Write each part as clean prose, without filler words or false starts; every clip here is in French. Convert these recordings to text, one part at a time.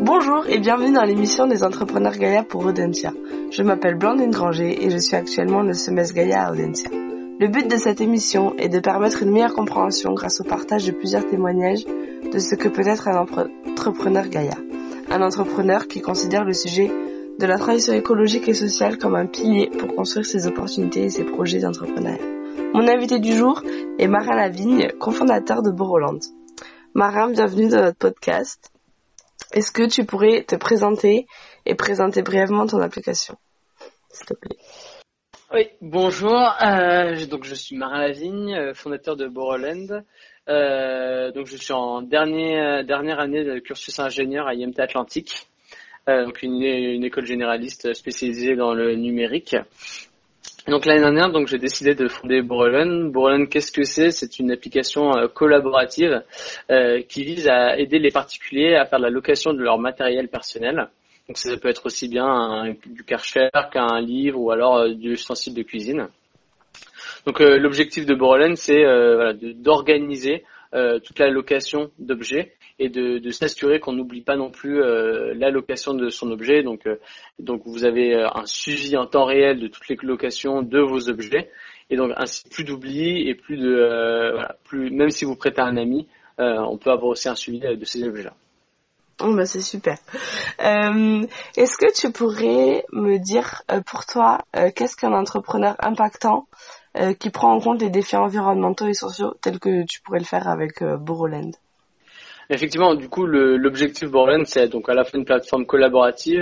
Bonjour et bienvenue dans l'émission des entrepreneurs Gaïa pour Audencia. Je m'appelle Blandine Granger et je suis actuellement le semestre Gaïa à Audencia. Le but de cette émission est de permettre une meilleure compréhension grâce au partage de plusieurs témoignages de ce que peut être un entrepreneur Gaïa. Un entrepreneur qui considère le sujet de la transition écologique et sociale comme un pilier pour construire ses opportunités et ses projets d'entrepreneuriat. Mon invité du jour est Marin Lavigne, cofondateur de Borrowland. Marin, bienvenue dans notre podcast. Est-ce que tu pourrais te présenter et présenter brièvement ton application, s'il te plaît? Oui, bonjour. Donc je suis Marin Lavigne, fondateur de Borrowland. Donc je suis en dernière année de cursus ingénieur à IMT Atlantique, donc une école généraliste spécialisée dans le numérique. Donc l'année dernière, donc j'ai décidé de fonder Borrowland. Borrowland, qu'est-ce que c'est? C'est une application collaborative qui vise à aider les particuliers à faire la location de leur matériel personnel. Donc ça peut être aussi bien du Karcher qu'un livre ou alors du ustensile de cuisine. Donc l'objectif de Borrowland, c'est d'organiser toute la location d'objets et de s'assurer qu'on n'oublie pas non plus la location de son objet. Donc vous avez un suivi en temps réel de toutes les locations de vos objets et donc ainsi plus d'oubli et plus même si vous prêtez à un ami, on peut avoir aussi un suivi de ces objets-là. Oh bah c'est super. Est-ce que tu pourrais me dire pour toi qu'est-ce qu'un entrepreneur impactant qui prend en compte les défis environnementaux et sociaux tels que tu pourrais le faire avec Borrowland? Effectivement, du coup, l'objectif Borrowland, c'est donc à la fois une plateforme collaborative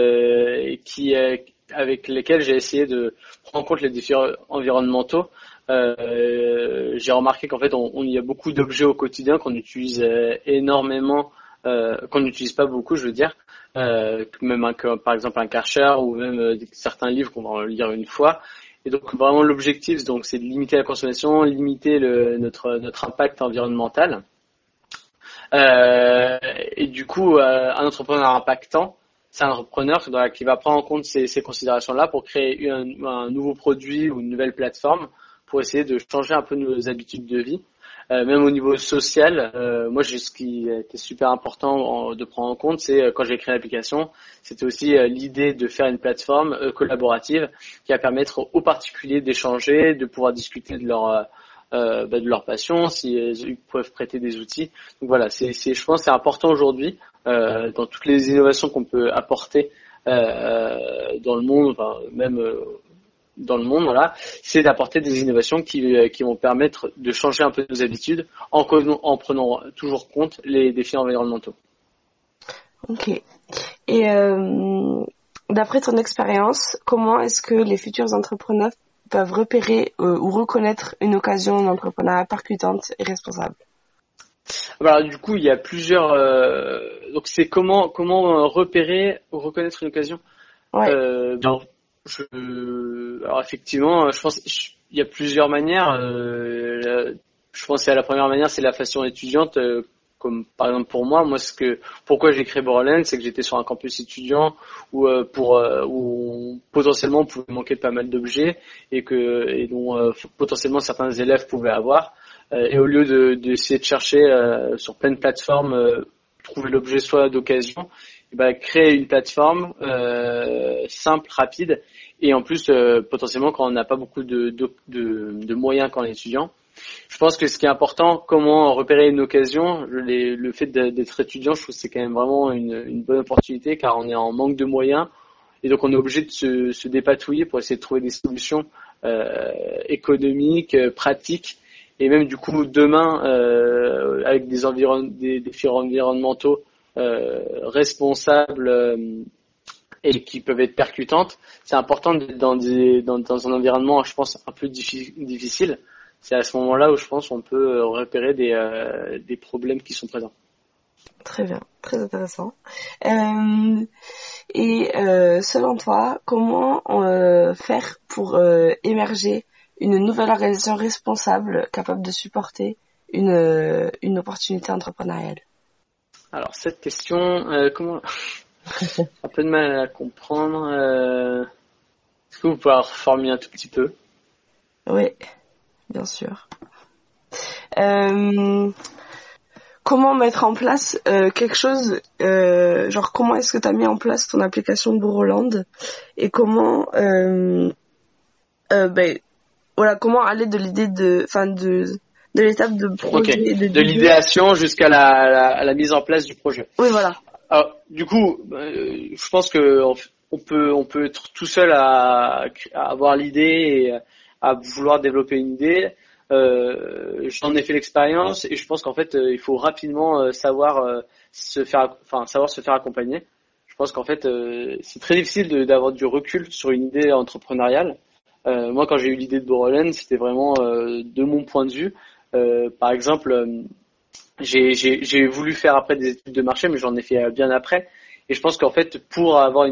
avec lesquelles j'ai essayé de prendre en compte les défis environnementaux. J'ai remarqué qu'en fait, il y a beaucoup d'objets au quotidien qu'on utilise énormément, qu'on n'utilise pas beaucoup, je veux dire, même par exemple un Karcher ou même certains livres qu'on va lire une fois. Et donc vraiment l'objectif, donc c'est de limiter la consommation, limiter notre impact environnemental. Et du coup, un entrepreneur impactant, c'est un entrepreneur qui va prendre en compte ces considérations-là pour créer un nouveau produit ou une nouvelle plateforme pour essayer de changer un peu nos habitudes de vie. Même au niveau social, moi, ce qui était super important de prendre en compte, c'est quand j'ai créé l'application, c'était aussi l'idée de faire une plateforme collaborative qui va permettre aux particuliers d'échanger, de pouvoir discuter de leur passion, s'ils peuvent prêter des outils. Donc voilà, je pense que c'est important aujourd'hui dans toutes les innovations qu'on peut apporter dans le monde, enfin même dans le monde, voilà, c'est d'apporter des innovations qui vont permettre de changer un peu nos habitudes en prenant toujours compte les défis environnementaux. Ok. Et d'après ton expérience, comment est-ce que les futurs entrepreneurs peuvent repérer ou reconnaître une occasion d'entrepreneuriat percutante et responsable? Alors, du coup, il y a plusieurs. Donc, c'est comment repérer ou reconnaître une occasion. Ouais. Alors effectivement, je pense il y a plusieurs manières. Je pense que la première manière, c'est la façon étudiante. Comme par exemple pour moi, pourquoi j'ai créé Borrowland, c'est que j'étais sur un campus étudiant où potentiellement on pouvait manquer de pas mal d'objets et dont potentiellement certains élèves pouvaient avoir. Et au lieu d'essayer de chercher sur plein de plateformes, trouver l'objet soit d'occasion, créer une plateforme simple, rapide et en plus potentiellement quand on n'a pas beaucoup de moyens quand on est étudiant. Je pense que ce qui est important, comment repérer une occasion, le fait d'être étudiant, je trouve que c'est quand même vraiment une bonne opportunité car on est en manque de moyens et donc on est obligé de se dépatouiller pour essayer de trouver des solutions économiques, pratiques et même du coup demain avec des défis environnementaux responsables et qui peuvent être percutantes. C'est important d'être dans un environnement, je pense, un peu difficile. C'est à ce moment-là où je pense qu'on peut repérer des problèmes qui sont présents. Très bien, très intéressant. Selon toi, comment faire pour émerger une nouvelle organisation responsable capable de supporter une opportunité entrepreneuriale? Alors cette question, comment un peu de mal à la comprendre. Est-ce que vous pouvez reformuler un tout petit peu? Oui, bien sûr. comment mettre en place quelque chose, genre comment est-ce que tu as mis en place ton application de Borderland et comment ben voilà, comment aller de l'idée de l'étape de projet Ok. et de De l'idée. l'idéation jusqu'à la mise en place du projet. Oui, voilà. Alors, du coup, je pense que on peut être tout seul à avoir l'idée et à vouloir développer une idée. J'en ai fait l'expérience et je pense qu'en fait, il faut rapidement savoir se faire accompagner. Je pense qu'en fait, c'est très difficile d'avoir du recul sur une idée entrepreneuriale. Moi, quand j'ai eu l'idée de Borderland, c'était vraiment de mon point de vue. Par exemple, j'ai voulu faire après des études de marché, mais j'en ai fait bien après. Et je pense qu'en fait, pour avoir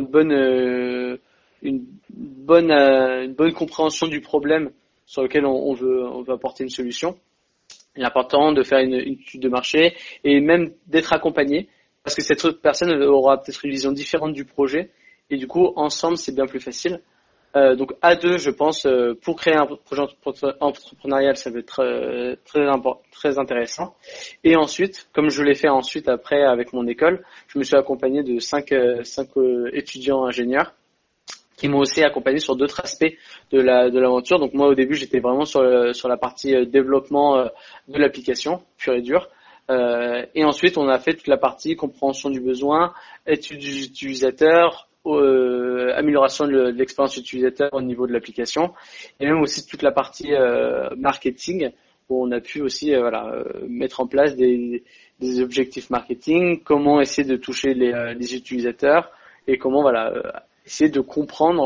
une bonne compréhension du problème sur lequel on veut apporter une solution, il est important de faire une étude de marché et même d'être accompagné, parce que cette autre personne aura peut-être une vision différente du projet. Et du coup, ensemble, c'est bien plus facile. Donc à deux, je pense, pour créer un projet entrepreneurial, ça va être très intéressant. Et ensuite, comme je l'ai fait ensuite après avec mon école, je me suis accompagné de cinq étudiants ingénieurs qui m'ont aussi accompagné sur d'autres aspects de l'aventure. Donc moi au début, j'étais vraiment sur la partie développement de l'application pure et dure. Et ensuite, on a fait toute la partie compréhension du besoin, étude des utilisateurs, amélioration de l'expérience utilisateur au niveau de l'application, et même aussi toute la partie marketing où on a pu aussi mettre en place des objectifs marketing, comment essayer de toucher les utilisateurs et comment essayer de comprendre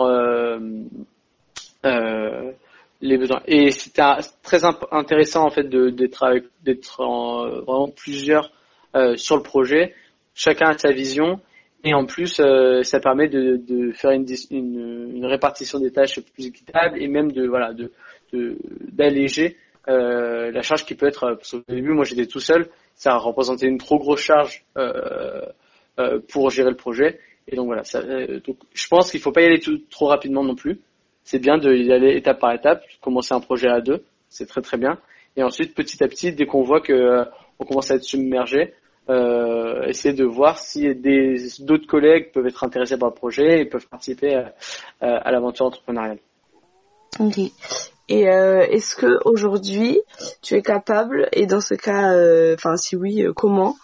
euh, les besoins. Et c'était très intéressant en fait d'être vraiment plusieurs sur le projet. Chacun a sa vision et en plus ça permet de faire une répartition des tâches plus équitable et même d'alléger la charge qui peut être. Parce qu'au début, moi j'étais tout seul, ça représentait une trop grosse charge pour gérer le projet. Et donc voilà, donc je pense qu'il faut pas y aller trop rapidement non plus. C'est bien d'y aller étape par étape, commencer un projet à deux, c'est très très bien. Et ensuite, petit à petit, dès qu'on voit que on commence à être submergé, essayer de voir si d'autres collègues peuvent être intéressés par le projet et peuvent participer à l'aventure entrepreneuriale. Ok. Et est-ce que aujourd'hui tu es capable, et dans ce cas, enfin si oui, comment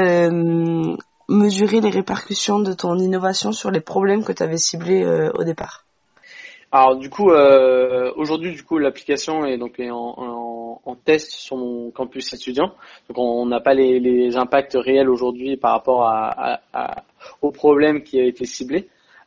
mesurer les répercussions de ton innovation sur les problèmes que tu avais ciblés au départ? Alors du coup, aujourd'hui, du coup, l'application est en test sur mon campus étudiant. Donc on n'a pas les impacts réels aujourd'hui par rapport au problème qui a été ciblé.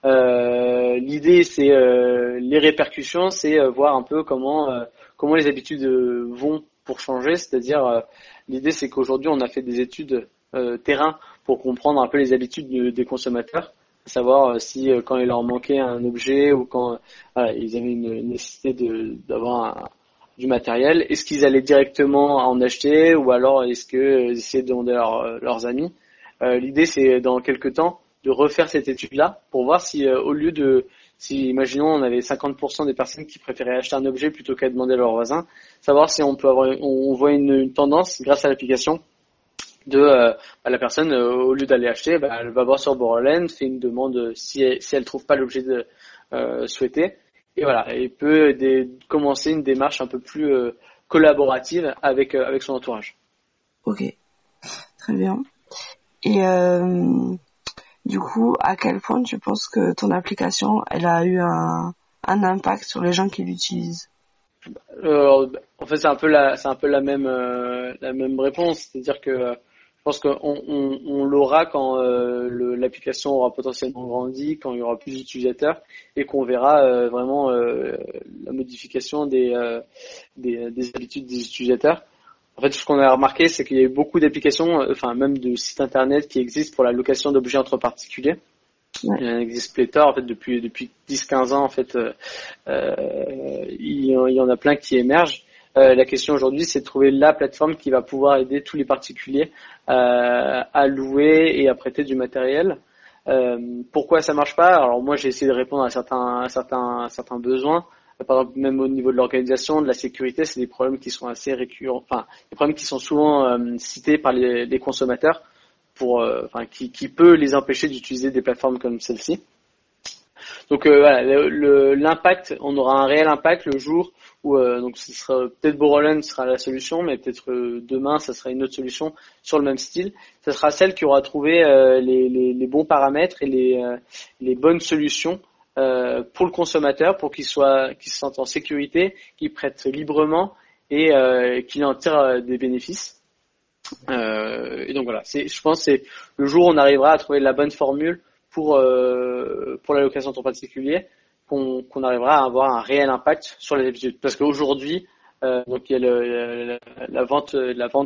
L'idée, c'est les répercussions, c'est voir un peu comment les habitudes vont pour changer. C'est-à-dire, l'idée, c'est qu'aujourd'hui, on a fait des études terrain pour comprendre un peu les habitudes des consommateurs, savoir si quand il leur manquait un objet ou quand ils avaient une nécessité d'avoir du matériel, est-ce qu'ils allaient directement en acheter ou alors est-ce qu'ils essayaient de demander à leurs amis. L'idée, c'est dans quelques temps de refaire cette étude-là pour voir si si imaginons on avait 50% des personnes qui préféraient acheter un objet plutôt qu'à demander à leurs voisins, savoir si on voit une tendance grâce à l'application la personne au lieu d'aller acheter, elle va voir sur Borderland, fait une demande si elle trouve pas l'objet souhaité et voilà, elle peut commencer une démarche un peu plus collaborative avec son entourage. Ok, très bien. Et du coup, à quel point tu penses que ton application, elle a eu un impact sur les gens qui l'utilisent? En fait, c'est un peu la même réponse, c'est-à-dire que je pense qu'on l'aura quand l'application aura potentiellement grandi, quand il y aura plus d'utilisateurs et qu'on verra vraiment la modification des habitudes des utilisateurs. En fait, ce qu'on a remarqué, c'est qu'il y a eu beaucoup d'applications, enfin même de sites internet qui existent pour la location d'objets entre particuliers. Ouais. Il en existe pléthore en fait depuis 10-15 ans en fait. Il y en a plein qui émergent. La question aujourd'hui, c'est de trouver la plateforme qui va pouvoir aider tous les particuliers à louer et à prêter du matériel. Pourquoi ça marche pas? Alors moi, j'ai essayé de répondre à certains besoins. par exemple, même au niveau de l'organisation, de la sécurité, c'est des problèmes qui sont assez récurrents, enfin, des problèmes qui sont souvent cités par les consommateurs qui peut les empêcher d'utiliser des plateformes comme celle-ci. Donc voilà, l'impact, on aura un réel impact le jour où donc ce sera peut-être Borderlands sera la solution, mais peut-être demain ça sera une autre solution sur le même style. Ça sera celle qui aura trouvé les bons paramètres et les bonnes solutions pour le consommateur, pour qu'il se sente en sécurité, qu'il prête librement et qu'il en tire des bénéfices. Et donc voilà, je pense que c'est le jour où on arrivera à trouver la bonne formule pour la location de temps particulier, qu'on arrivera à avoir un réel impact sur les habitudes. Parce qu'aujourd'hui, donc il y a la vente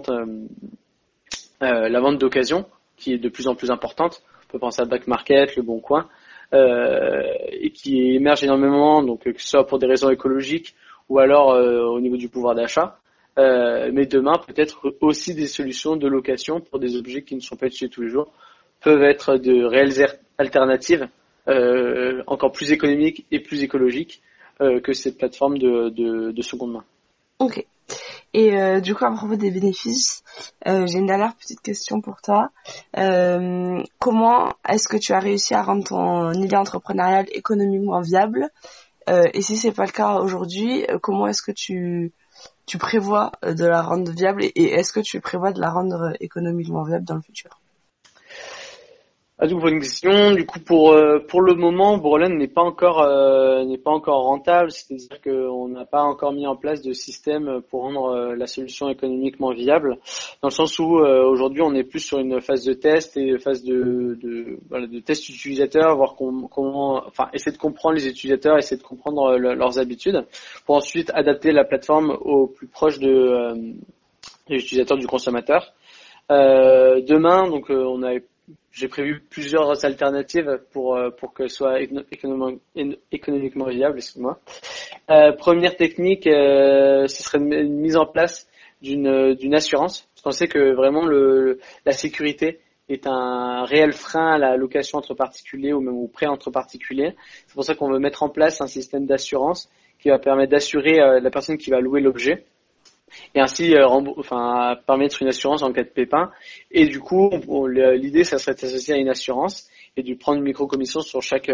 d'occasion qui est de plus en plus importante. On peut penser à Back Market, Le Bon Coin, et qui émerge énormément, donc que ce soit pour des raisons écologiques ou alors au niveau du pouvoir d'achat. Mais demain, peut-être aussi des solutions de location pour des objets qui ne sont pas utilisés tous les jours peuvent être de réelles alternatives encore plus économiques et plus écologiques que ces plateformes de seconde main. Ok. Et du coup, à propos des bénéfices, j'ai une dernière petite question pour toi. Comment est-ce que tu as réussi à rendre ton idée entrepreneuriale économiquement viable? Et si c'est pas le cas aujourd'hui, comment est-ce que tu prévois de la rendre viable et est-ce que tu prévois de la rendre économiquement viable dans le futur? Donc bonne question. Du coup, pour le moment, Borderlands n'est pas encore rentable, c'est-à-dire qu'on n'a pas encore mis en place de système pour rendre la solution économiquement viable, dans le sens où aujourd'hui on est plus sur une phase de test et phase de test utilisateur, voir essayer de comprendre les utilisateurs, essayer de comprendre leurs habitudes, pour ensuite adapter la plateforme au plus proche des utilisateurs, du consommateur. Demain, donc j'ai prévu plusieurs alternatives pour que ce soit économiquement viable, excuse-moi. Première technique, ce serait une mise en place d'une assurance. Je pensais que vraiment la sécurité est un réel frein à la location entre particuliers ou même au prêt entre particuliers. C'est pour ça qu'on veut mettre en place un système d'assurance qui va permettre d'assurer la personne qui va louer l'objet, et ainsi permettre une assurance en cas de pépin. Et du coup, l'idée, ça serait de s'associer à une assurance et de prendre une micro-commission sur chaque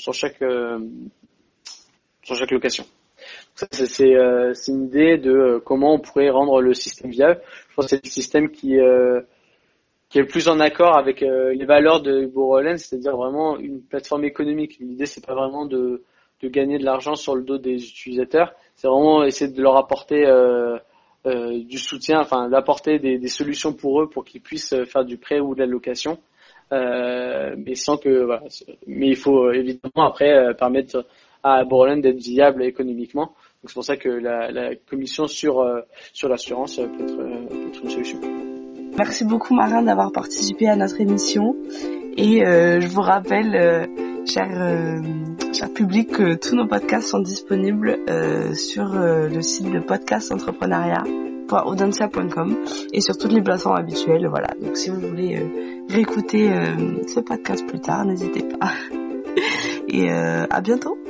location. Ça, c'est une idée de comment on pourrait rendre le système viable. Je pense que c'est le système qui est le plus en accord avec les valeurs de Borderlands, c'est-à-dire vraiment une plateforme économique. L'idée, c'est pas vraiment de gagner de l'argent sur le dos des utilisateurs, c'est vraiment essayer de leur apporter du soutien, d'apporter des solutions pour eux pour qu'ils puissent faire du prêt ou de la location, mais sans que mais il faut évidemment après permettre à Borderlands d'être viable économiquement. Donc c'est pour ça que la commission sur l'assurance peut être une solution. Merci beaucoup Marin d'avoir participé à notre émission et je vous rappelle cher public, que tous nos podcasts sont disponibles sur le site de podcastentrepreneuriat.audencia.com et sur toutes les plateformes habituelles. Voilà. Donc si vous voulez réécouter ce podcast plus tard, n'hésitez pas. Et à bientôt.